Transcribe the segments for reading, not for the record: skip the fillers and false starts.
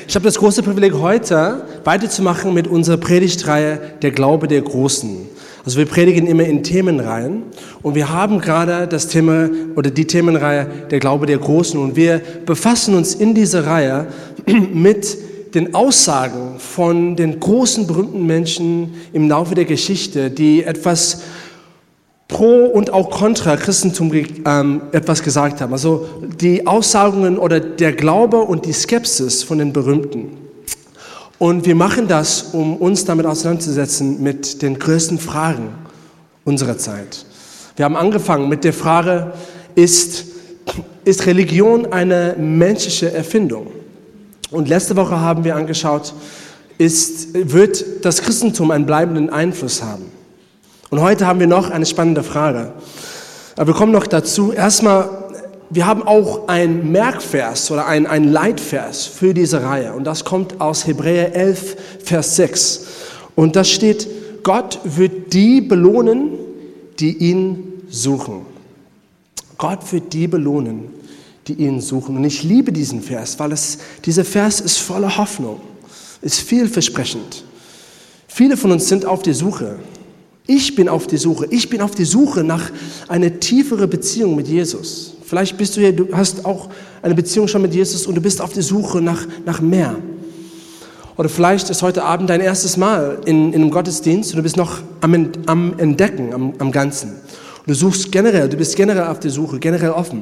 Ich habe das große Privileg, heute weiterzumachen mit unserer Predigtreihe Der Glaube der Großen. Also wir predigen immer in Themenreihen und wir haben gerade das Thema oder die Themenreihe Der Glaube der Großen und wir befassen uns in dieser Reihe mit den Aussagen von den großen, berühmten Menschen im Laufe der Geschichte, die etwas pro und auch kontra Christentum etwas gesagt haben. Also die Aussagungen oder der Glaube und die Skepsis von den Berühmten. Und wir machen das, um uns damit auseinanderzusetzen mit den größten Fragen unserer Zeit. Wir haben angefangen mit der Frage, ist Religion eine menschliche Erfindung? Und letzte Woche haben wir angeschaut, wird das Christentum einen bleibenden Einfluss haben? Und heute haben wir noch eine spannende Frage. Aber wir kommen noch dazu. Erstmal, wir haben auch einen Merkvers oder einen Leitvers für diese Reihe. Und das kommt aus Hebräer 11, Vers 6. Und da steht, Gott wird die belohnen, die ihn suchen. Gott wird die belohnen, die ihn suchen. Und ich liebe diesen Vers, weil dieser Vers ist voller Hoffnung, ist vielversprechend. Viele von uns sind auf der Suche. Ich bin auf der Suche. Ich bin auf der Suche nach einer tieferen Beziehung mit Jesus. Vielleicht bist du hast auch eine Beziehung schon mit Jesus und du bist auf der Suche nach mehr. Oder vielleicht ist heute Abend dein erstes Mal in einem Gottesdienst und du bist noch am Entdecken, am Ganzen. Und du bist generell auf der Suche, generell offen.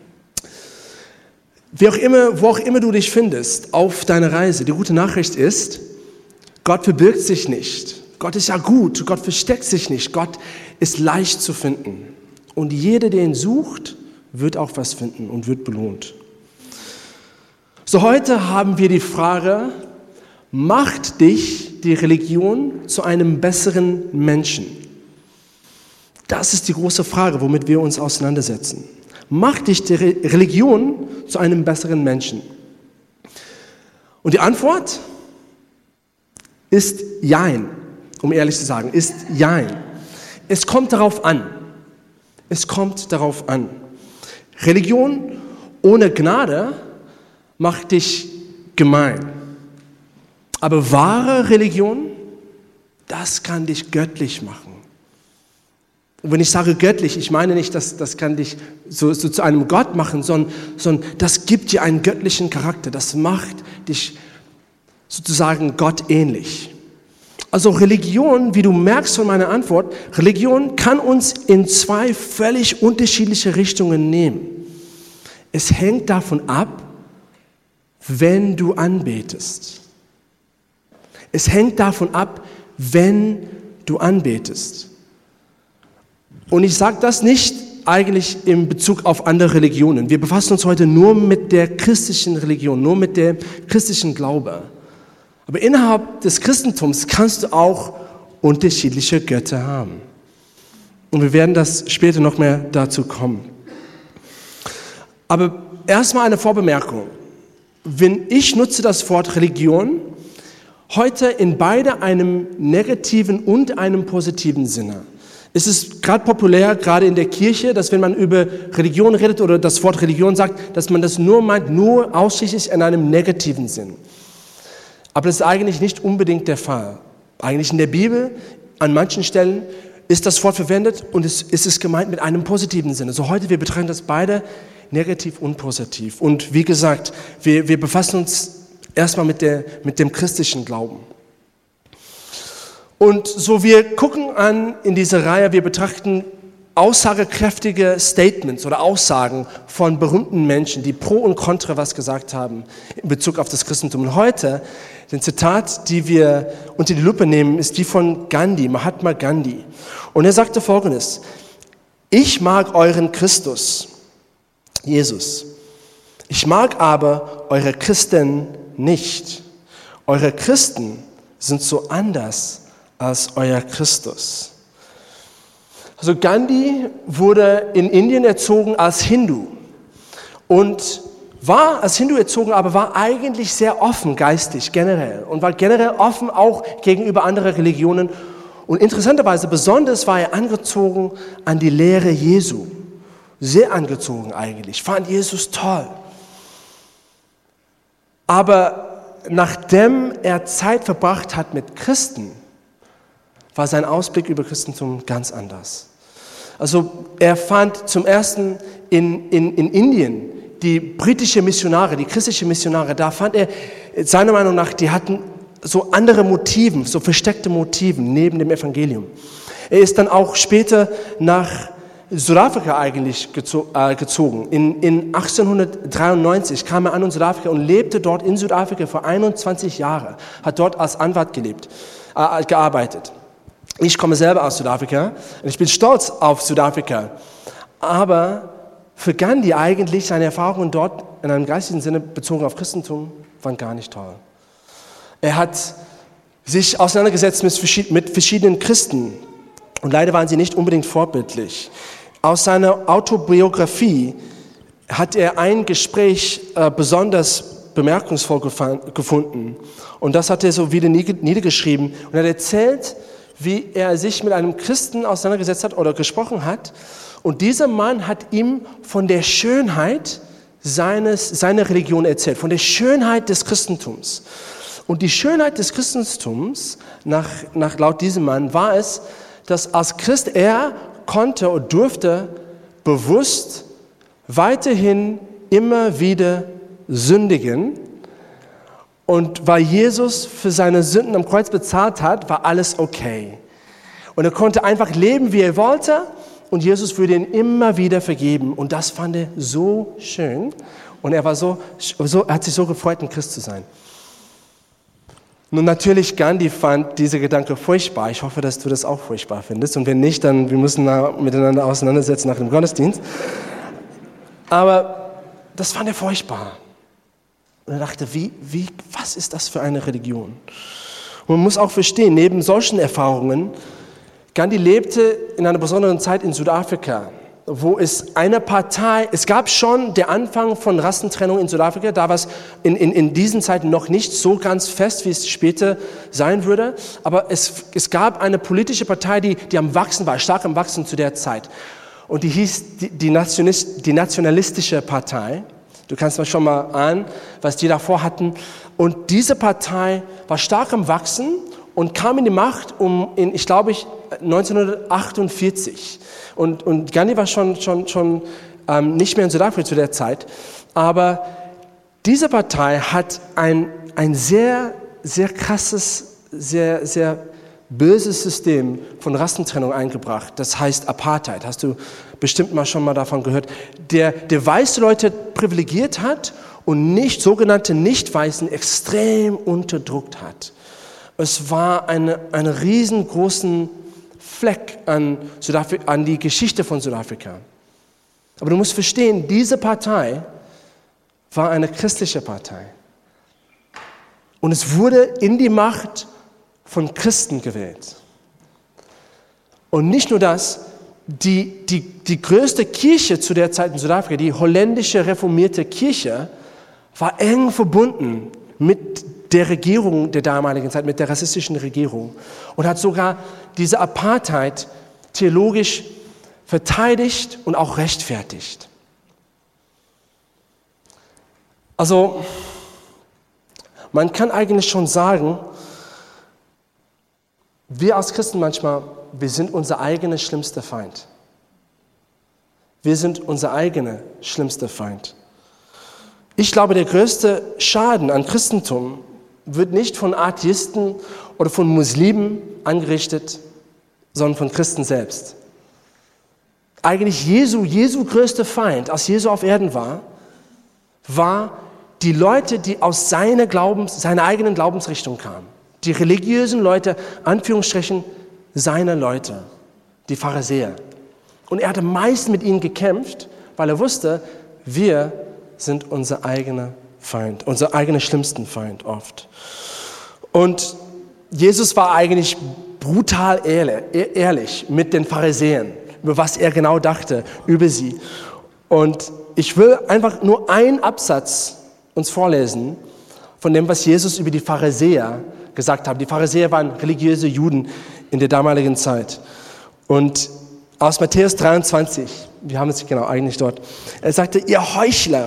Wo auch immer du dich findest auf deiner Reise, die gute Nachricht ist, Gott verbirgt sich nicht. Gott ist ja gut, Gott versteckt sich nicht, Gott ist leicht zu finden. Und jeder, der ihn sucht, wird auch was finden und wird belohnt. So, heute haben wir die Frage, macht dich die Religion zu einem besseren Menschen? Das ist die große Frage, womit wir uns auseinandersetzen. Macht dich die Religion zu einem besseren Menschen? Und die Antwort ist Jein. Um ehrlich zu sagen, ist Jein. Es kommt darauf an. Es kommt darauf an. Religion ohne Gnade macht dich gemein. Aber wahre Religion, das kann dich göttlich machen. Und wenn ich sage göttlich, ich meine nicht, das kann dich so zu einem Gott machen, sondern das gibt dir einen göttlichen Charakter. Das macht dich sozusagen Gott ähnlich. Also Religion, wie du merkst von meiner Antwort, Religion kann uns in zwei völlig unterschiedliche Richtungen nehmen. Es hängt davon ab, wenn du anbetest. Es hängt davon ab, wenn du anbetest. Und ich sage das nicht eigentlich in Bezug auf andere Religionen. Wir befassen uns heute nur mit der christlichen Religion, nur mit dem christlichen Glaube. Aber innerhalb des Christentums kannst du auch unterschiedliche Götter haben. Und wir werden das später noch mehr dazu kommen. Aber erstmal eine Vorbemerkung. Ich nutze das Wort Religion heute in beide einem negativen und einem positiven Sinne. Es ist gerade populär, gerade in der Kirche, dass wenn man über Religion redet oder das Wort Religion sagt, dass man das nur meint, nur ausschließlich in einem negativen Sinn. Aber das ist eigentlich nicht unbedingt der Fall. Eigentlich in der Bibel, an manchen Stellen, ist das Wort verwendet und es ist gemeint mit einem positiven Sinne. So heute, wir betrachten das beide negativ und positiv. Und wie gesagt, wir befassen uns erstmal mit dem christlichen Glauben. Und so, wir gucken an in dieser Reihe, wir betrachten aussagekräftige Statements oder Aussagen von berühmten Menschen, die pro und contra was gesagt haben in Bezug auf das Christentum. Und heute, den Zitat, die wir unter die Lupe nehmen, ist die von Gandhi, Mahatma Gandhi. Und er sagte Folgendes: Ich mag euren Christus, Jesus. Ich mag aber eure Christen nicht. Eure Christen sind so anders als euer Christus. Also Gandhi wurde in Indien erzogen als Hindu und war als Hindu erzogen, aber war eigentlich sehr offen geistig generell und war generell offen auch gegenüber anderen Religionen. Und interessanterweise besonders war er angezogen an die Lehre Jesu. Sehr angezogen eigentlich, fand Jesus toll. Aber nachdem er Zeit verbracht hat mit Christen, war sein Ausblick über Christentum ganz anders. Also er fand zum ersten in Indien die britische Missionare, die christliche Missionare, da fand er seiner Meinung nach, die hatten so andere Motiven, so versteckte Motiven neben dem Evangelium. Er ist dann auch später nach Südafrika eigentlich gezogen. In 1893 kam er an in Südafrika und lebte dort in Südafrika für 21 Jahre, hat dort als Anwalt gearbeitet. Ich komme selber aus Südafrika und ich bin stolz auf Südafrika. Aber für Gandhi eigentlich seine Erfahrungen dort in einem geistigen Sinne bezogen auf Christentum waren gar nicht toll. Er hat sich auseinandergesetzt mit verschiedenen Christen und leider waren sie nicht unbedingt vorbildlich. Aus seiner Autobiografie hat er ein Gespräch besonders bemerkenswert gefunden und das hat er so wieder niedergeschrieben und er hat erzählt, wie er sich mit einem Christen auseinandergesetzt hat oder gesprochen hat. Und dieser Mann hat ihm von der Schönheit seiner Religion erzählt, von der Schönheit des Christentums. Und die Schönheit des Christentums, laut diesem Mann, war es, dass als Christ er konnte und durfte bewusst weiterhin immer wieder sündigen. Und weil Jesus für seine Sünden am Kreuz bezahlt hat, war alles okay. Und er konnte einfach leben, wie er wollte. Und Jesus würde ihn immer wieder vergeben. Und das fand er so schön. Und er hat sich so gefreut, ein Christ zu sein. Nun natürlich, Gandhi fand diese Gedanke furchtbar. Ich hoffe, dass du das auch furchtbar findest. Und wenn nicht, dann wir müssen miteinander auseinandersetzen nach dem Gottesdienst. Aber das fand er furchtbar. Und er dachte, was ist das für eine Religion? Und man muss auch verstehen, neben solchen Erfahrungen, Gandhi lebte in einer besonderen Zeit in Südafrika, wo es gab schon den Anfang von Rassentrennung in Südafrika, da war es in diesen Zeiten noch nicht so ganz fest, wie es später sein würde, aber es gab eine politische Partei, die am Wachsen war, stark am Wachsen zu der Zeit. Und die hieß die Nationalistische Partei. Du kannst mal schon mal ahnen, was die davor hatten. Und diese Partei war stark am Wachsen und kam in die Macht ich glaube 1948. Und Gandhi war schon nicht mehr in Südafrika zu der Zeit. Aber diese Partei hat ein sehr, sehr krasses, sehr, sehr böses System von Rassentrennung eingebracht. Das heißt Apartheid. Hast du bestimmt schon mal davon gehört. Der weiße Leute privilegiert hat und sogenannte Nicht-Weißen extrem unterdrückt hat. Es war einen riesengroßen Fleck an die Geschichte von Südafrika. Aber du musst verstehen, diese Partei war eine christliche Partei. Und es wurde in die Macht von Christen gewählt. Und nicht nur das, die größte Kirche zu der Zeit in Südafrika, die holländische reformierte Kirche, war eng verbunden mit der Regierung der damaligen Zeit, mit der rassistischen Regierung und hat sogar diese Apartheid theologisch verteidigt und auch rechtfertigt. Also, man kann eigentlich schon sagen, wir als Christen manchmal, wir sind unser eigener schlimmster Feind. Wir sind unser eigener schlimmster Feind. Ich glaube, der größte Schaden an Christentum wird nicht von Atheisten oder von Muslimen angerichtet, sondern von Christen selbst. Eigentlich Jesu größter Feind, als Jesu auf Erden war die Leute, die aus seiner eigenen Glaubensrichtung kamen. Die religiösen Leute, Anführungsstrichen, seine Leute, die Pharisäer. Und er hat am meisten mit ihnen gekämpft, weil er wusste, wir sind unser eigener Feind, unser eigener schlimmsten Feind oft. Und Jesus war eigentlich brutal ehrlich mit den Pharisäern, über was er genau dachte, über sie. Und ich will einfach nur einen Absatz uns vorlesen von dem, was Jesus über die Pharisäer gesagt hat. Die Pharisäer waren religiöse Juden in der damaligen Zeit. Und aus Matthäus 23, wir haben es genau eigentlich dort, er sagte, ihr Heuchler,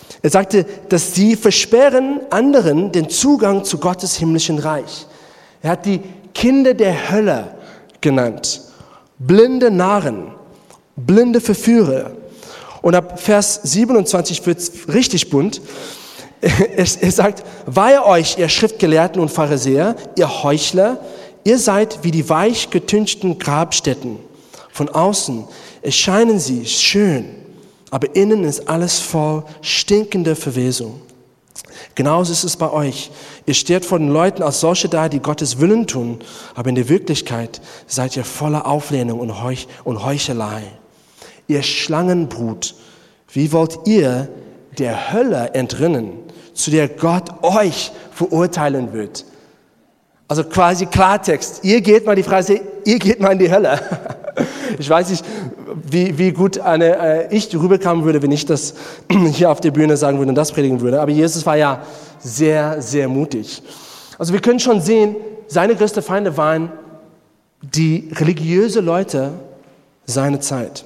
Er sagte, dass sie versperren anderen den Zugang zu Gottes himmlischen Reich. Er hat die Kinder der Hölle genannt. Blinde Narren, blinde Verführer. Und ab Vers 27 wird es richtig bunt. Er sagt, weihe euch, ihr Schriftgelehrten und Pharisäer, ihr Heuchler, ihr seid wie die weich getünchten Grabstätten. Von außen erscheinen sie schön, aber innen ist alles voll stinkender Verwesung. Genauso ist es bei euch. Ihr steht vor den Leuten als solche da, die Gottes Willen tun, aber in der Wirklichkeit seid ihr voller Auflehnung und Heuchelei. Ihr Schlangenbrut, wie wollt ihr der Hölle entrinnen, zu der Gott euch verurteilen wird? Also quasi Klartext. Ihr geht mal in die Hölle. Ich weiß nicht, wie gut ich rüberkommen würde, wenn ich das hier auf der Bühne sagen würde und das predigen würde. Aber Jesus war ja sehr, sehr mutig. Also wir können schon sehen, seine größten Feinde waren die religiösen Leute seiner Zeit.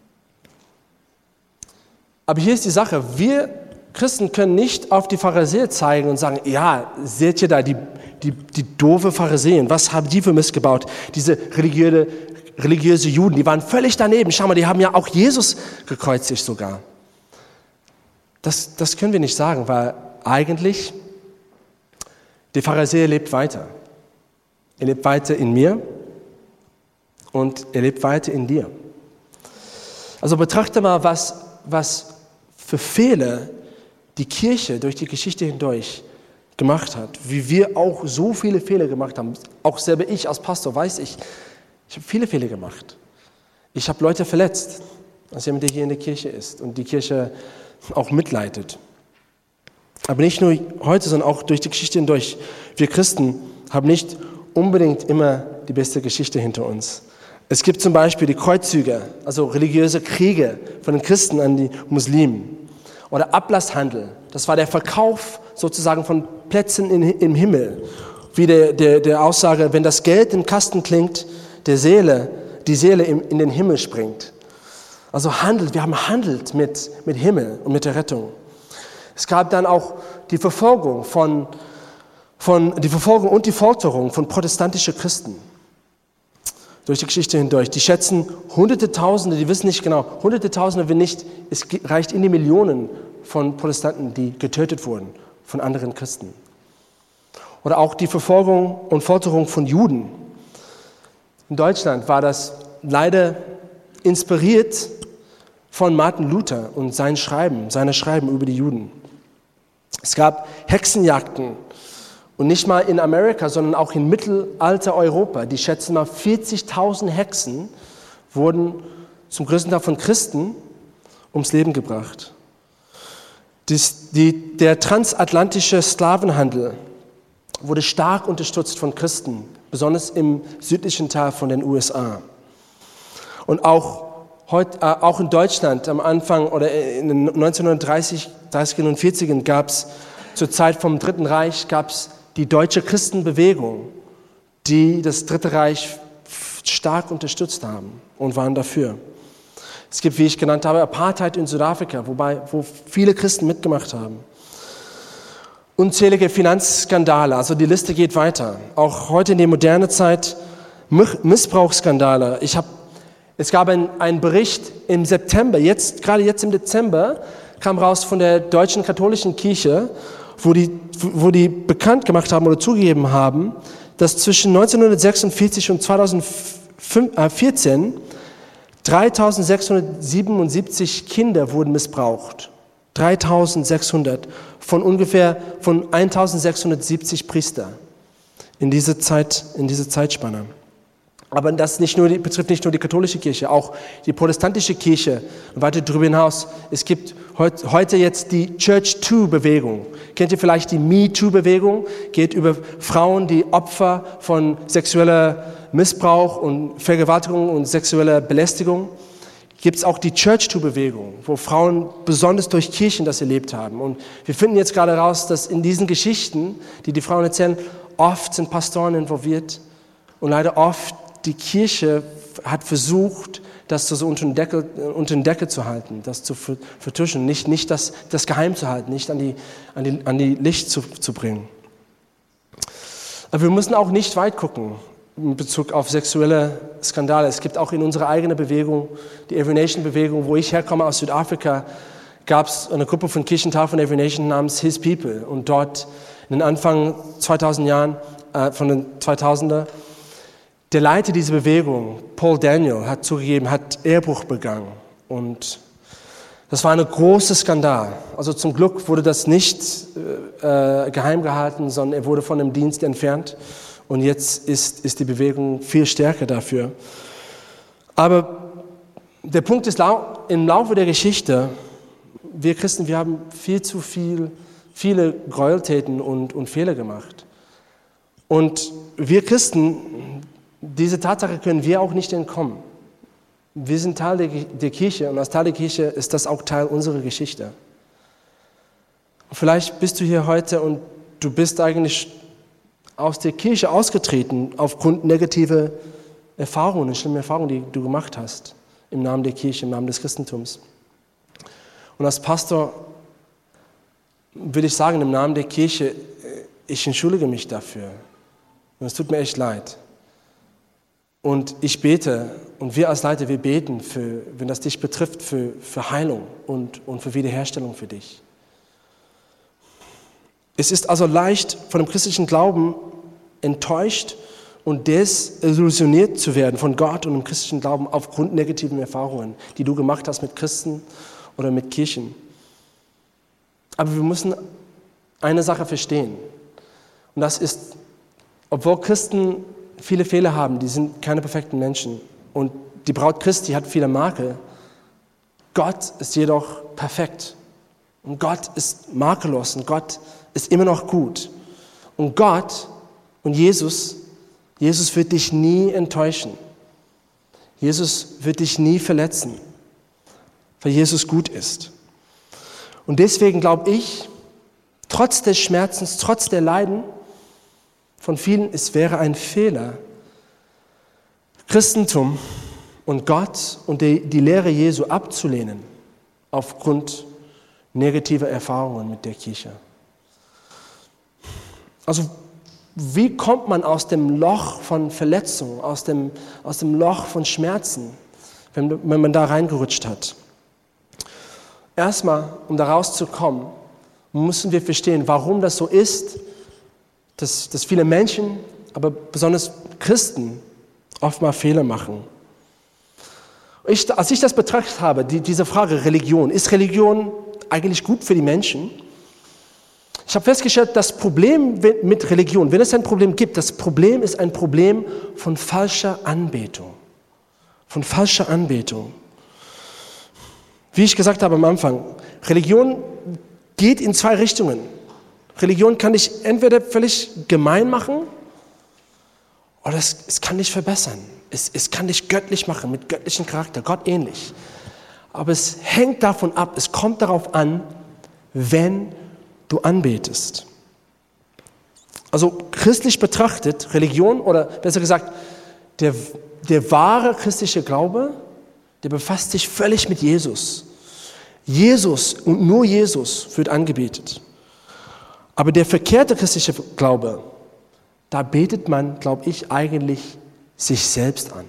Aber hier ist die Sache, wir Christen können nicht auf die Pharisäer zeigen und sagen, ja, seht ihr da, die doofe Pharisäer, was haben die für Mist gebaut? Diese religiöse Juden, die waren völlig daneben. Schau mal, die haben ja auch Jesus gekreuzigt sogar. Das können wir nicht sagen, weil eigentlich der Pharisäer lebt weiter. Er lebt weiter in mir und er lebt weiter in dir. Also betrachte mal, was für Fehler die Kirche durch die Geschichte hindurch gemacht hat, wie wir auch so viele Fehler gemacht haben. Auch selber ich als Pastor weiß ich habe viele Fehler gemacht. Ich habe Leute verletzt, als jemand, der hier in der Kirche ist und die Kirche auch mitleitet. Aber nicht nur heute, sondern auch durch die Geschichte hindurch. Wir Christen haben nicht unbedingt immer die beste Geschichte hinter uns. Es gibt zum Beispiel die Kreuzzüge, also religiöse Kriege von den Christen an die Muslimen. Oder Ablasshandel, das war der Verkauf sozusagen von Plätzen im Himmel. Wie der Aussage, wenn das Geld im Kasten klingt, die Seele in den Himmel springt. Also wir haben handelt mit Himmel und mit der Rettung. Es gab dann auch die Verfolgung und die Folterung von protestantischen Christen. Durch die Geschichte hindurch. Die schätzen Hunderte Tausende, die wissen nicht genau, Hunderte Tausende, wenn nicht, es reicht in die Millionen von Protestanten, die getötet wurden von anderen Christen. Oder auch die Verfolgung und Folterung von Juden. In Deutschland war das leider inspiriert von Martin Luther und seine Schreiben über die Juden. Es gab Hexenjagden. Und nicht mal in Amerika, sondern auch in Mittelalter-Europa. Die schätzen mal 40.000 Hexen wurden zum größten Teil von Christen ums Leben gebracht. Der transatlantische Sklavenhandel wurde stark unterstützt von Christen, besonders im südlichen Teil von den USA. Und auch in Deutschland am Anfang oder in den 1930er und 40ern gab es zur Zeit vom Dritten Reich die deutsche Christenbewegung, die das Dritte Reich stark unterstützt haben und waren dafür. Es gibt, wie ich genannt habe, Apartheid in Südafrika, wo viele Christen mitgemacht haben. Unzählige Finanzskandale, also die Liste geht weiter. Auch heute in der modernen Zeit Missbrauchsskandale. Es gab einen Bericht im September, gerade jetzt im Dezember, kam raus von der deutschen katholischen Kirche, wo die bekannt gemacht haben oder zugegeben haben, dass zwischen 1946 und 2014 3.677 Kinder wurden missbraucht. 3.600 von 1.670 Priester in diese Zeitspanne. Aber das betrifft nicht nur die katholische Kirche, auch die protestantische Kirche und weiter darüber hinaus. Es gibt heute jetzt die Church-Too-Bewegung. Kennt ihr vielleicht die Me-Too-Bewegung? Geht über Frauen, die Opfer von sexueller Missbrauch und Vergewaltigung und sexueller Belästigung. Gibt es auch die Church-Too-Bewegung, wo Frauen besonders durch Kirchen das erlebt haben. Und wir finden jetzt gerade raus, dass in diesen Geschichten, die Frauen erzählen, oft sind Pastoren involviert und leider oft die Kirche hat versucht, das so unter den Deckel zu halten, das zu vertuschen, nicht das geheim zu halten, nicht an die Licht zu bringen. Aber wir müssen auch nicht weit gucken in Bezug auf sexuelle Skandale. Es gibt auch in unserer eigenen Bewegung, die Every Nation Bewegung, wo ich herkomme aus Südafrika, gab es eine Gruppe von Kirchentagen von Every Nation namens His People. Und dort in den Anfang 2000 Jahren, von den 2000er, der Leiter dieser Bewegung, Paul Daniel, hat zugegeben, hat Ehebruch begangen. Und das war ein großer Skandal. Also zum Glück wurde das nicht geheim gehalten, sondern er wurde von dem Dienst entfernt. Und jetzt ist die Bewegung viel stärker dafür. Aber der Punkt ist, im Laufe der Geschichte, wir Christen, wir haben viel zu viele Gräueltäten und Fehler gemacht. Und wir Christen, diese Tatsache können wir auch nicht entkommen. Wir sind Teil der Kirche und als Teil der Kirche ist das auch Teil unserer Geschichte. Und vielleicht bist du hier heute und du bist eigentlich aus der Kirche ausgetreten aufgrund negativer Erfahrungen, schlimmer Erfahrungen, die du gemacht hast im Namen der Kirche, im Namen des Christentums. Und als Pastor will ich sagen, im Namen der Kirche, ich entschuldige mich dafür. Und es tut mir echt leid. Und ich bete, und wir als Leiter, wir beten, wenn das dich betrifft, für Heilung und für Wiederherstellung für dich. Es ist also leicht, von dem christlichen Glauben enttäuscht und desillusioniert zu werden von Gott und dem christlichen Glauben aufgrund negativen Erfahrungen, die du gemacht hast mit Christen oder mit Kirchen. Aber wir müssen eine Sache verstehen. Und das ist, obwohl Christen viele Fehler haben, die sind keine perfekten Menschen. Und die Braut Christi hat viele Makel. Gott ist jedoch perfekt. Und Gott ist makellos. Und Gott ist immer noch gut. Und Gott und Jesus wird dich nie enttäuschen. Jesus wird dich nie verletzen, weil Jesus gut ist. Und deswegen glaube ich, trotz des Schmerzens, trotz der Leiden von vielen, es wäre ein Fehler, Christentum und Gott und die Lehre Jesu abzulehnen aufgrund negativer Erfahrungen mit der Kirche. Also wie kommt man aus dem Loch von Verletzungen, aus dem Loch von Schmerzen, wenn man da reingerutscht hat? Erstmal, um da rauszukommen, müssen wir verstehen, warum das so ist, dass viele Menschen, aber besonders Christen, oft mal Fehler machen. Als ich das betrachtet habe, diese Frage Religion, ist Religion eigentlich gut für die Menschen? Ich habe festgestellt, das Problem mit Religion, wenn es ein Problem gibt, das Problem ist ein Problem von falscher Anbetung. Von falscher Anbetung. Wie ich gesagt habe am Anfang, Religion geht in zwei Richtungen. Religion kann dich entweder völlig gemein machen oder es kann dich verbessern. Es kann dich göttlich machen, mit göttlichem Charakter, Gott ähnlich. Aber es hängt davon ab, es kommt darauf an, wenn du anbetest. Also christlich betrachtet, Religion oder besser gesagt, der wahre christliche Glaube, der befasst sich völlig mit Jesus. Jesus und nur Jesus wird angebetet. Aber der verkehrte christliche Glaube, da betet man, glaube ich, eigentlich sich selbst an.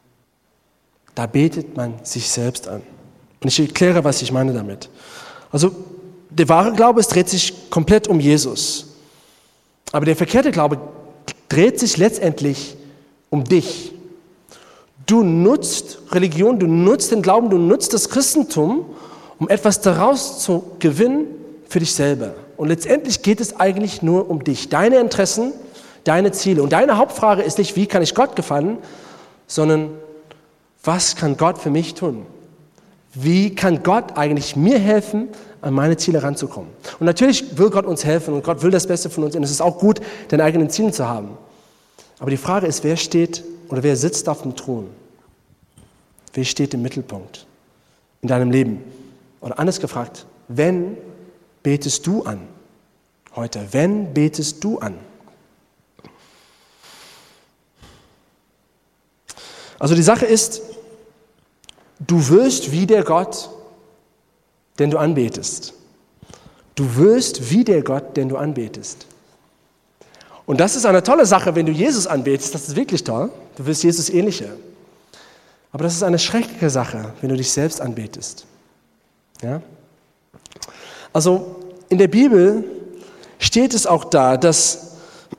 Da betet man sich selbst an. Und ich erkläre, was ich meine damit. Also der wahre Glaube, es dreht sich komplett um Jesus. Aber der verkehrte Glaube dreht sich letztendlich um dich. Du nutzt Religion, du nutzt den Glauben, du nutzt das Christentum, um etwas daraus zu gewinnen für dich selber. Und letztendlich geht es eigentlich nur um dich, deine Interessen, deine Ziele. Und deine Hauptfrage ist nicht, wie kann ich Gott gefallen, sondern was kann Gott für mich tun? Wie kann Gott eigentlich mir helfen, an meine Ziele ranzukommen? Und natürlich will Gott uns helfen und Gott will das Beste von uns. Und es ist auch gut, deine eigenen Ziele zu haben. Aber die Frage ist, wer steht oder wer sitzt auf dem Thron? Wer steht im Mittelpunkt in deinem Leben? Oder anders gefragt, wen betest du an heute? Wen betest du an? Also die Sache ist, Du wirst wie der Gott, den du anbetest. Du wirst wie der Gott, den du anbetest. Und das ist eine tolle Sache, wenn du Jesus anbetest. Das ist wirklich toll. Du wirst Jesus ähnlicher. Aber das ist eine schreckliche Sache, wenn du dich selbst anbetest. Ja? Also in der Bibel steht es auch da, dass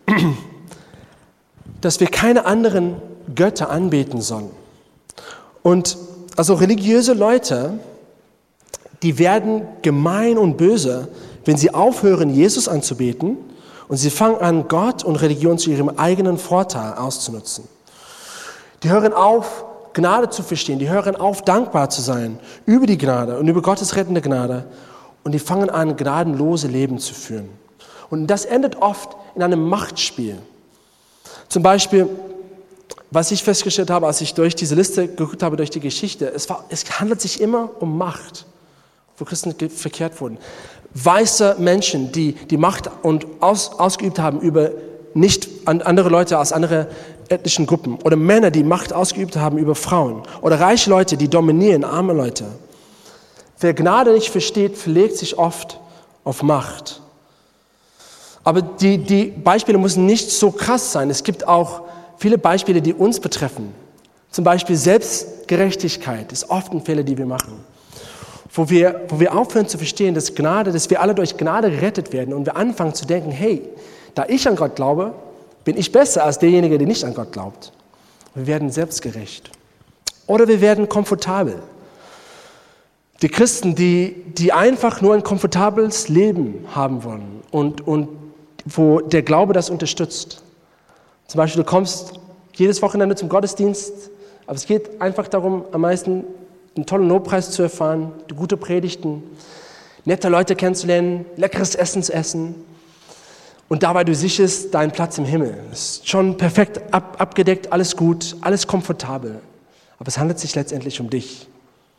wir keine anderen Götter anbeten sollen. Und also religiöse Leute, die werden gemein und böse, wenn sie aufhören, Jesus anzubeten und sie fangen an, Gott und Religion zu ihrem eigenen Vorteil auszunutzen. Die hören auf, Gnade zu verstehen, die hören auf, dankbar zu sein über die Gnade und über Gottes rettende Gnade und die fangen an, gnadenlose Leben zu führen. Und das endet oft in einem Machtspiel. Zum Beispiel, was ich festgestellt habe, als ich durch diese Liste geguckt habe, durch die Geschichte, es handelt sich immer um Macht, wo Christen verkehrt wurden. Weiße Menschen, die Macht ausgeübt haben über nicht andere Leute aus anderen ethnischen Gruppen. Oder Männer, die Macht ausgeübt haben über Frauen. Oder reiche Leute, die dominieren, arme Leute. Wer Gnade nicht versteht, verlegt sich oft auf Macht. Aber die Beispiele müssen nicht so krass sein. Es gibt auch viele Beispiele, die uns betreffen. Zum Beispiel Selbstgerechtigkeit ist oft ein Fehler, die wir machen. Wo wir aufhören zu verstehen, dass wir alle durch Gnade gerettet werden und wir anfangen zu denken, hey, da ich an Gott glaube, bin ich besser als derjenige, der nicht an Gott glaubt. Wir werden selbstgerecht. Oder wir werden komfortabel. Die Christen, die einfach nur ein komfortables Leben haben wollen und wo der Glaube das unterstützt. Zum Beispiel, du kommst jedes Wochenende zum Gottesdienst, aber es geht einfach darum, am meisten einen tollen Lobpreis zu erfahren, gute Predigten, nette Leute kennenzulernen, leckeres Essen zu essen und dabei du sicherst deinen Platz im Himmel. Es ist schon perfekt abgedeckt, alles gut, alles komfortabel. Aber es handelt sich letztendlich um dich.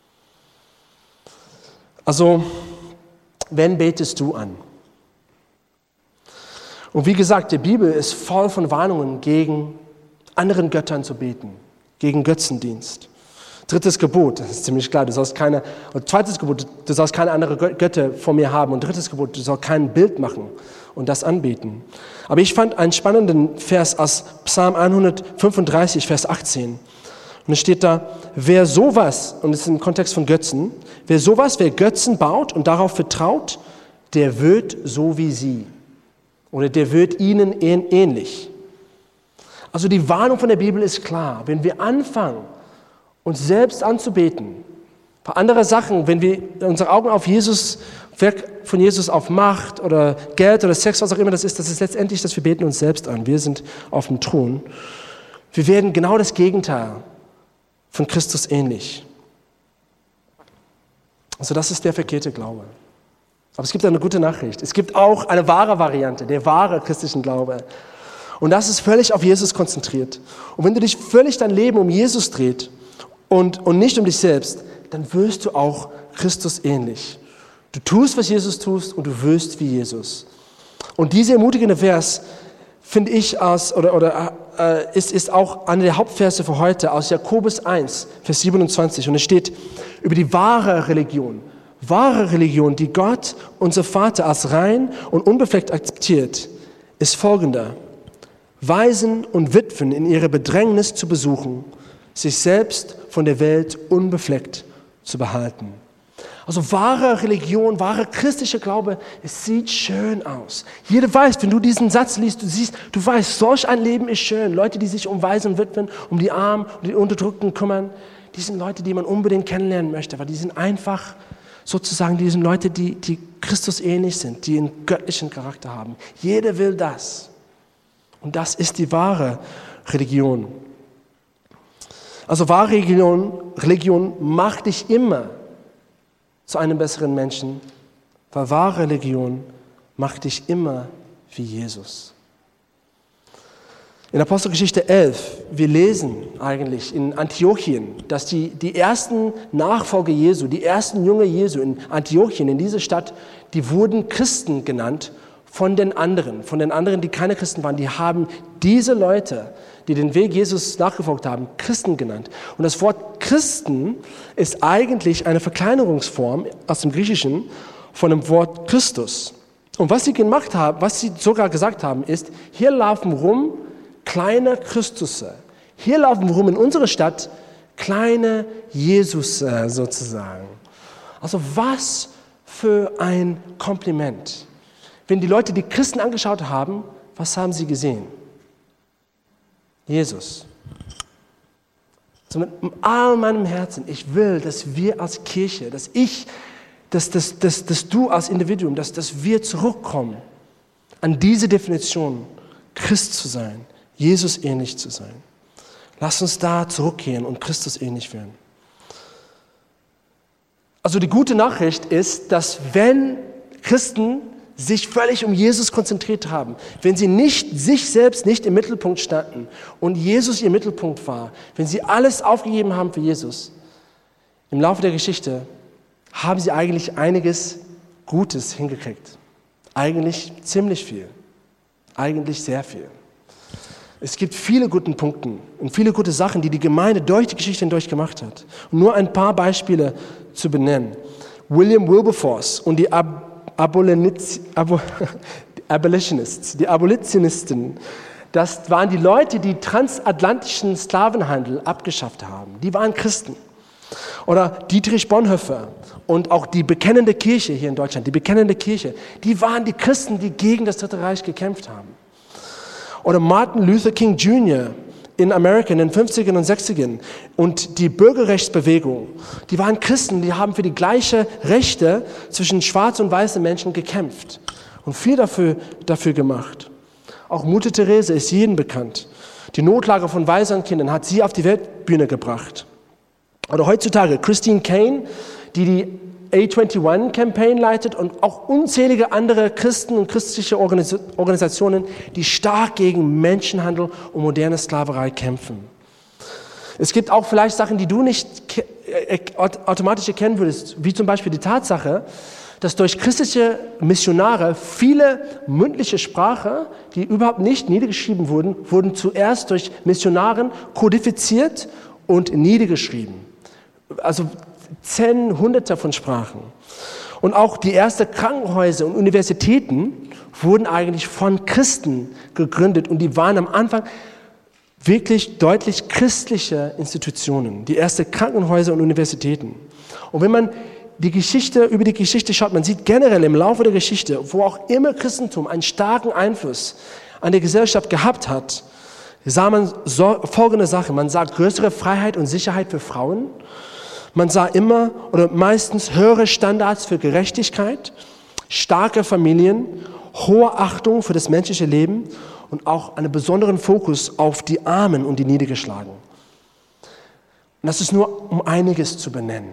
Also, wen betest du an? Und wie gesagt, die Bibel ist voll von Warnungen gegen anderen Göttern zu beten, gegen Götzendienst. 3. Gebot, das ist ziemlich klar, zweites Gebot, du sollst keine anderen Götter vor mir haben. Und 3. Gebot, du sollst kein Bild machen und das anbeten. Aber ich fand einen spannenden Vers aus Psalm 135, Vers 18. Und es steht da, wer sowas, und das ist im Kontext von Götzen, wer Götzen baut und darauf vertraut, der wird so wie sie. Oder der wird ihnen ähnlich. Also die Warnung von der Bibel ist klar. Wenn wir anfangen, uns selbst anzubeten, bei anderen Sachen, wenn wir unsere Augen auf Jesus, Werk von Jesus auf Macht oder Geld oder Sex, was auch immer das ist letztendlich, dass wir beten uns selbst an. Wir sind auf dem Thron. Wir werden genau das Gegenteil von Christus ähnlich. Also das ist der verkehrte Glaube. Aber es gibt eine gute Nachricht. Es gibt auch eine wahre Variante, der wahre christlichen Glaube. Und das ist völlig auf Jesus konzentriert. Und wenn du dich völlig dein Leben um Jesus dreht und nicht um dich selbst, dann wirst du auch Christus ähnlich. Du tust, was Jesus tust und du wirst wie Jesus. Und dieser ermutigende Vers, finde ich, ist auch einer der Hauptverse für heute aus Jakobus 1, Vers 27. Und es steht über die wahre Religion, die Gott, unser Vater, als rein und unbefleckt akzeptiert, ist folgender: Waisen und Witwen in ihrer Bedrängnis zu besuchen, sich selbst von der Welt unbefleckt zu behalten. Also wahre Religion, wahre christliche Glaube, es sieht schön aus. Jeder weiß, wenn du diesen Satz liest, du weißt, solch ein Leben ist schön. Leute, die sich um Waisen und Witwen, um die Armen und die Unterdrückten kümmern, die sind Leute, die man unbedingt kennenlernen möchte, weil die sind einfach sozusagen, die sind Leute, die Christus ähnlich sind, die einen göttlichen Charakter haben. Jeder will das. Und das ist die wahre Religion. Also wahre Religion macht dich immer zu einem besseren Menschen, weil wahre Religion macht dich immer wie Jesus. In Apostelgeschichte 11, wir lesen eigentlich in Antiochien, dass die ersten Nachfolger Jesu, die ersten Jünger Jesu in Antiochien, in dieser Stadt, die wurden Christen genannt von den anderen, die keine Christen waren, die haben diese Leute, die den Weg Jesus nachgefolgt haben, Christen genannt. Und das Wort Christen ist eigentlich eine Verkleinerungsform aus dem Griechischen von dem Wort Christus. Und was sie gemacht haben, was sie sogar gesagt haben, ist, hier laufen rum kleine Christusse. Hier laufen rum in unserer Stadt kleine Jesus sozusagen. Also was für ein Kompliment. Wenn die Leute die Christen angeschaut haben, was haben sie gesehen? Jesus. So mit all meinem Herzen, ich will, dass wir als Kirche, dass du als Individuum, dass wir zurückkommen an diese Definition, Christ zu sein, Jesus ähnlich zu sein. Lass uns da zurückkehren und Christus ähnlich werden. Also die gute Nachricht ist, dass wenn Christen sich völlig um Jesus konzentriert haben, wenn sie sich selbst nicht im Mittelpunkt standen und Jesus ihr Mittelpunkt war, wenn sie alles aufgegeben haben für Jesus, im Laufe der Geschichte haben sie eigentlich einiges Gutes hingekriegt. Eigentlich ziemlich viel. Eigentlich sehr viel. Es gibt viele gute Punkte und viele gute Sachen, die die Gemeinde durch die Geschichte hindurch gemacht hat. Und nur ein paar Beispiele zu benennen. William Wilberforce und die Abolitionisten, das waren die Leute, die transatlantischen Sklavenhandel abgeschafft haben. Die waren Christen. Oder Dietrich Bonhoeffer und auch die bekennende Kirche hier in Deutschland, die bekennende Kirche, die waren die Christen, die gegen das Dritte Reich gekämpft haben. Oder Martin Luther King Jr. in Amerika in den 50ern und 60ern und die Bürgerrechtsbewegung, die waren Christen, die haben für die gleiche Rechte zwischen schwarz und weißen Menschen gekämpft und viel dafür gemacht. Auch Mutter Teresa ist jedem bekannt. Die Notlage von Waisenkindern hat sie auf die Weltbühne gebracht. Oder heutzutage Christine Caine, die A21-Campaign leitet und auch unzählige andere Christen und christliche Organisationen, die stark gegen Menschenhandel und moderne Sklaverei kämpfen. Es gibt auch vielleicht Sachen, die du nicht automatisch erkennen würdest, wie zum Beispiel die Tatsache, dass durch christliche Missionare viele mündliche Sprache, die überhaupt nicht niedergeschrieben wurden zuerst durch Missionaren kodifiziert und niedergeschrieben. Also Hunderte von Sprachen. Und auch die ersten Krankenhäuser und Universitäten wurden eigentlich von Christen gegründet und die waren am Anfang wirklich deutlich christliche Institutionen, die ersten Krankenhäuser und Universitäten. Und wenn man über die Geschichte schaut, man sieht generell im Laufe der Geschichte, wo auch immer Christentum einen starken Einfluss an die Gesellschaft gehabt hat, sah man folgende Sachen. Man sah größere Freiheit und Sicherheit für Frauen. Man sah immer oder meistens höhere Standards für Gerechtigkeit, starke Familien, hohe Achtung für das menschliche Leben und auch einen besonderen Fokus auf die Armen und die Niedergeschlagenen. Und das ist nur um einiges zu benennen.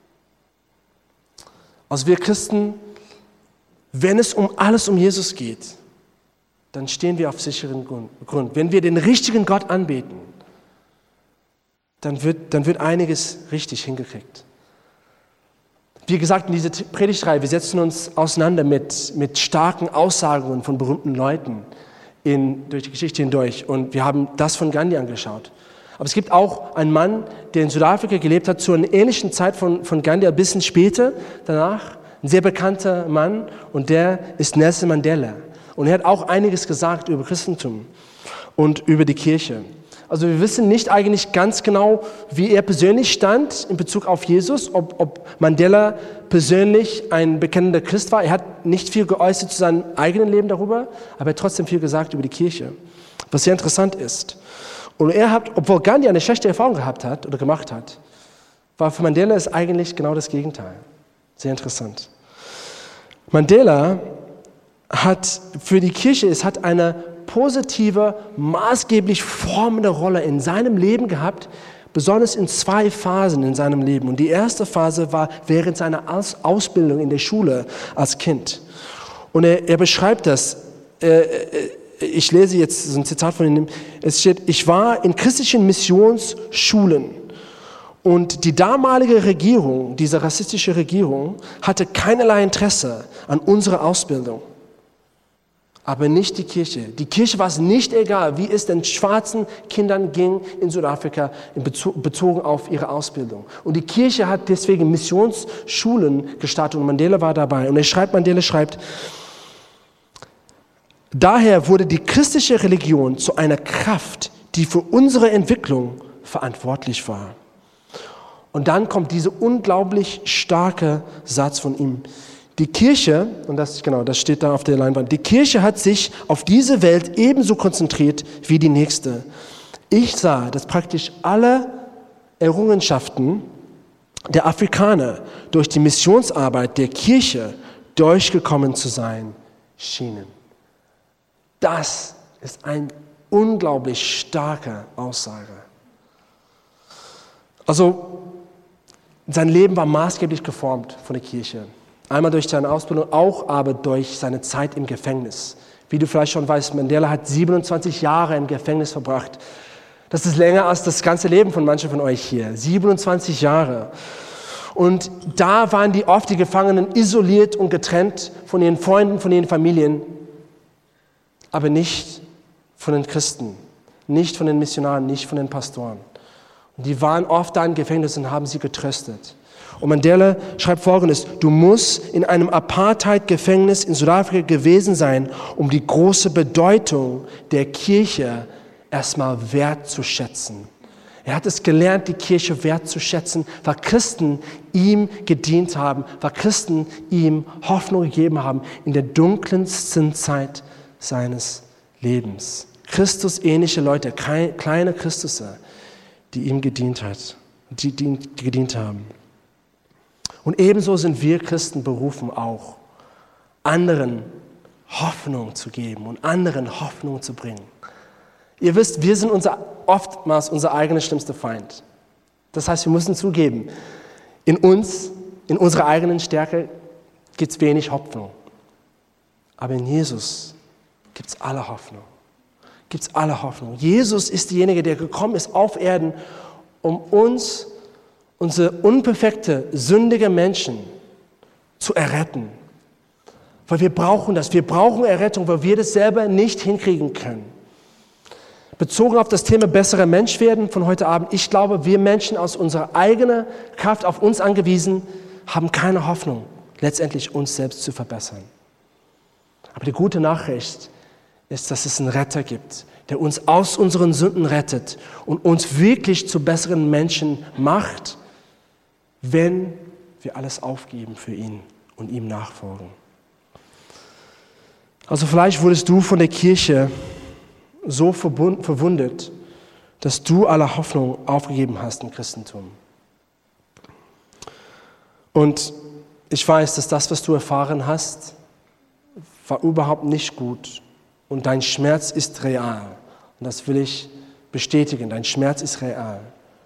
Also wir Christen, wenn es alles um Jesus geht, dann stehen wir auf sicheren Grund. Wenn wir den richtigen Gott anbeten, dann wird einiges richtig hingekriegt. Wie gesagt, in dieser Predigtreihe, wir setzen uns auseinander mit starken Aussagen von berühmten Leuten durch die Geschichte hindurch. Und wir haben das von Gandhi angeschaut. Aber es gibt auch einen Mann, der in Südafrika gelebt hat, zu einer ähnlichen Zeit von Gandhi, ein bisschen später danach. Ein sehr bekannter Mann und der ist Nelson Mandela. Und er hat auch einiges gesagt über Christentum und über die Kirche. Also wir wissen nicht eigentlich ganz genau, wie er persönlich stand in Bezug auf Jesus, ob Mandela persönlich ein bekennender Christ war. Er hat nicht viel geäußert zu seinem eigenen Leben darüber, aber er hat trotzdem viel gesagt über die Kirche, was sehr interessant ist. Und obwohl Gandhi eine schlechte Erfahrung gemacht hat, war für Mandela es eigentlich genau das Gegenteil. Sehr interessant. Mandela hat für die Kirche, eine positive, maßgeblich formende Rolle in seinem Leben gehabt, besonders in 2 Phasen in seinem Leben. Und die erste Phase war während seiner Ausbildung in der Schule als Kind. Und er beschreibt das, ich lese jetzt so ein Zitat von ihm, es steht, ich war in christlichen Missionsschulen und die damalige Regierung, diese rassistische Regierung, hatte keinerlei Interesse an unserer Ausbildung. aber nicht die Kirche. Die Kirche war es nicht egal, wie es den schwarzen Kindern ging in Südafrika, bezogen auf ihre Ausbildung. Und die Kirche hat deswegen Missionsschulen gestartet und Mandela war dabei. Und Mandela schreibt, daher wurde die christliche Religion zu einer Kraft, die für unsere Entwicklung verantwortlich war. Und dann kommt dieser unglaublich starke Satz von ihm. Die Kirche, und das steht da auf der Leinwand, die Kirche hat sich auf diese Welt ebenso konzentriert wie die nächste. Ich sah, dass praktisch alle Errungenschaften der Afrikaner durch die Missionsarbeit der Kirche durchgekommen zu sein schienen. Das ist eine unglaublich starke Aussage. Also, sein Leben war maßgeblich geformt von der Kirche. Einmal durch seine Ausbildung, auch aber durch seine Zeit im Gefängnis. Wie du vielleicht schon weißt, Mandela hat 27 Jahre im Gefängnis verbracht. Das ist länger als das ganze Leben von manchen von euch hier. 27 Jahre. Und da waren die Gefangenen isoliert und getrennt von ihren Freunden, von ihren Familien, aber nicht von den Christen, nicht von den Missionaren, nicht von den Pastoren. Und die waren oft da im Gefängnis und haben sie getröstet. Und Mandela schreibt Folgendes: Du musst in einem Apartheid-Gefängnis in Südafrika gewesen sein, um die große Bedeutung der Kirche erstmal wertzuschätzen. Er hat es gelernt, die Kirche wertzuschätzen, weil Christen ihm gedient haben, weil Christen ihm Hoffnung gegeben haben in der dunkelsten Zeit seines Lebens. Christus-ähnliche Leute, kleine Christusse, die ihm gedient haben. Und ebenso sind wir Christen berufen, auch anderen Hoffnung zu geben und anderen Hoffnung zu bringen. Ihr wisst, wir sind oftmals unser eigener schlimmster Feind. Das heißt, wir müssen zugeben, in uns, in unserer eigenen Stärke gibt es wenig Hoffnung. Aber in Jesus gibt es alle Hoffnung. Jesus ist derjenige, der gekommen ist auf Erden, um uns, unsere unperfekte, sündige Menschen zu erretten. Weil wir brauchen das. Wir brauchen Errettung, weil wir das selber nicht hinkriegen können. Bezogen auf das Thema besserer Mensch werden von heute Abend, ich glaube, wir Menschen aus unserer eigenen Kraft auf uns angewiesen, haben keine Hoffnung, letztendlich uns selbst zu verbessern. Aber die gute Nachricht ist, dass es einen Retter gibt, der uns aus unseren Sünden rettet und uns wirklich zu besseren Menschen macht, wenn wir alles aufgeben für ihn und ihm nachfolgen. Also vielleicht wurdest du von der Kirche so verwundet, dass du alle Hoffnung aufgegeben hast im Christentum. Und ich weiß, dass das, was du erfahren hast, war überhaupt nicht gut. Und dein Schmerz ist real. Und das will ich bestätigen. Dein Schmerz ist real.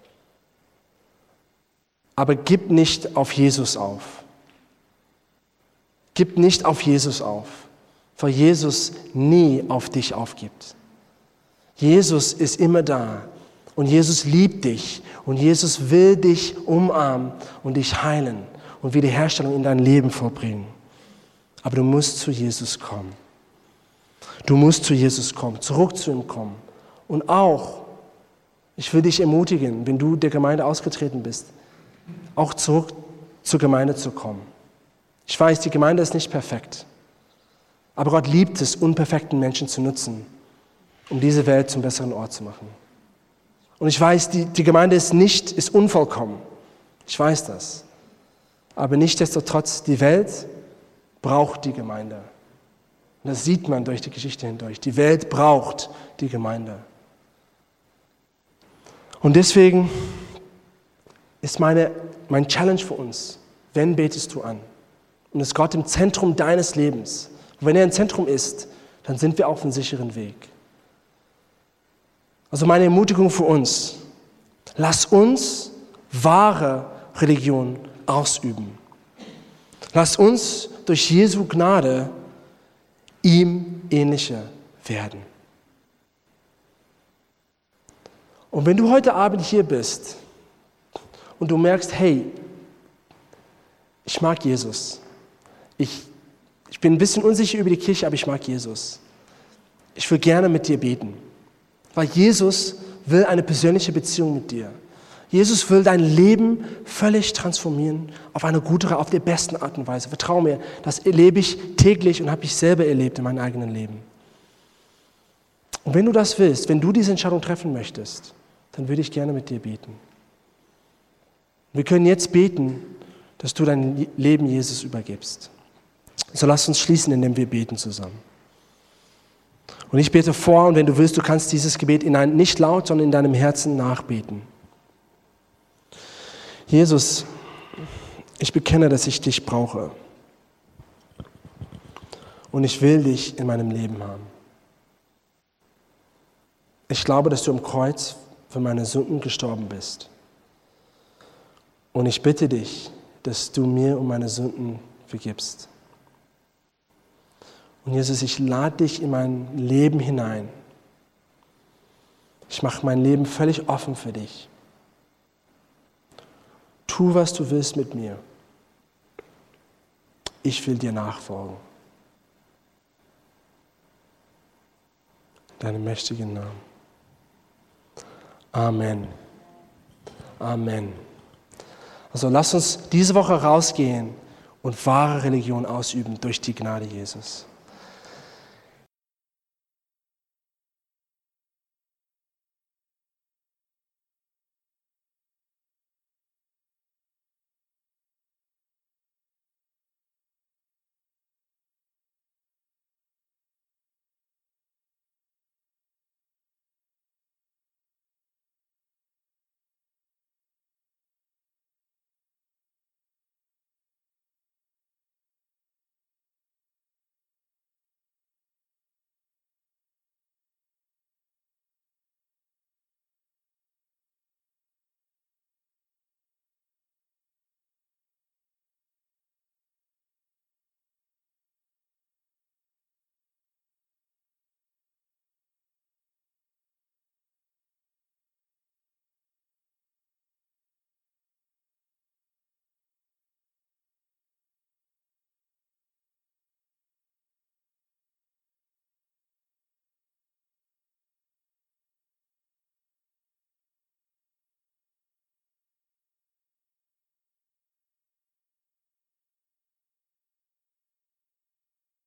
Aber gib nicht auf Jesus auf. Gib nicht auf Jesus auf, weil Jesus nie auf dich aufgibt. Jesus ist immer da und Jesus liebt dich und Jesus will dich umarmen und dich heilen und Wiederherstellung in dein Leben vollbringen. Aber du musst zu Jesus kommen. Du musst zu Jesus kommen, zurück zu ihm kommen. Und auch, ich will dich ermutigen, wenn du der Gemeinde ausgetreten bist, auch zurück zur Gemeinde zu kommen. Ich weiß, die Gemeinde ist nicht perfekt. Aber Gott liebt es, unperfekten Menschen zu nutzen, um diese Welt zum besseren Ort zu machen. Und ich weiß, die Gemeinde ist unvollkommen. Ich weiß das. Aber nichtsdestotrotz, die Welt braucht die Gemeinde. Und das sieht man durch die Geschichte hindurch. Die Welt braucht die Gemeinde. Und deswegen ist mein Challenge für uns, wenn betest du an? Und ist Gott im Zentrum deines Lebens? Und wenn er im Zentrum ist, dann sind wir auf einem sicheren Weg. Also meine Ermutigung für uns, lass uns wahre Religion ausüben. Lass uns durch Jesu Gnade ihm ähnlicher werden. Und wenn du heute Abend hier bist und du merkst, hey, ich mag Jesus. Ich bin ein bisschen unsicher über die Kirche, aber ich mag Jesus. Ich will gerne mit dir beten, weil Jesus will eine persönliche Beziehung mit dir. Jesus will dein Leben völlig transformieren auf eine gute, auf die besten Art und Weise. Vertrau mir, das erlebe ich täglich und habe ich selber erlebt in meinem eigenen Leben. Und wenn du das willst, wenn du diese Entscheidung treffen möchtest, dann würde ich gerne mit dir beten. Wir können jetzt beten, dass du dein Leben Jesus übergibst. So lass uns schließen, indem wir beten zusammen. Und ich bete vor, und wenn du willst, du kannst dieses Gebet nicht laut, sondern in deinem Herzen nachbeten. Jesus, ich bekenne, dass ich dich brauche. Und ich will dich in meinem Leben haben. Ich glaube, dass du am Kreuz für meine Sünden gestorben bist. Und ich bitte dich, dass du mir um meine Sünden vergibst. Und Jesus, ich lade dich in mein Leben hinein. Ich mache mein Leben völlig offen für dich. Tu, was du willst mit mir. Ich will dir nachfolgen. Deinem mächtigen Namen. Amen. Amen. Also lass uns diese Woche rausgehen und wahre Religion ausüben durch die Gnade Jesus.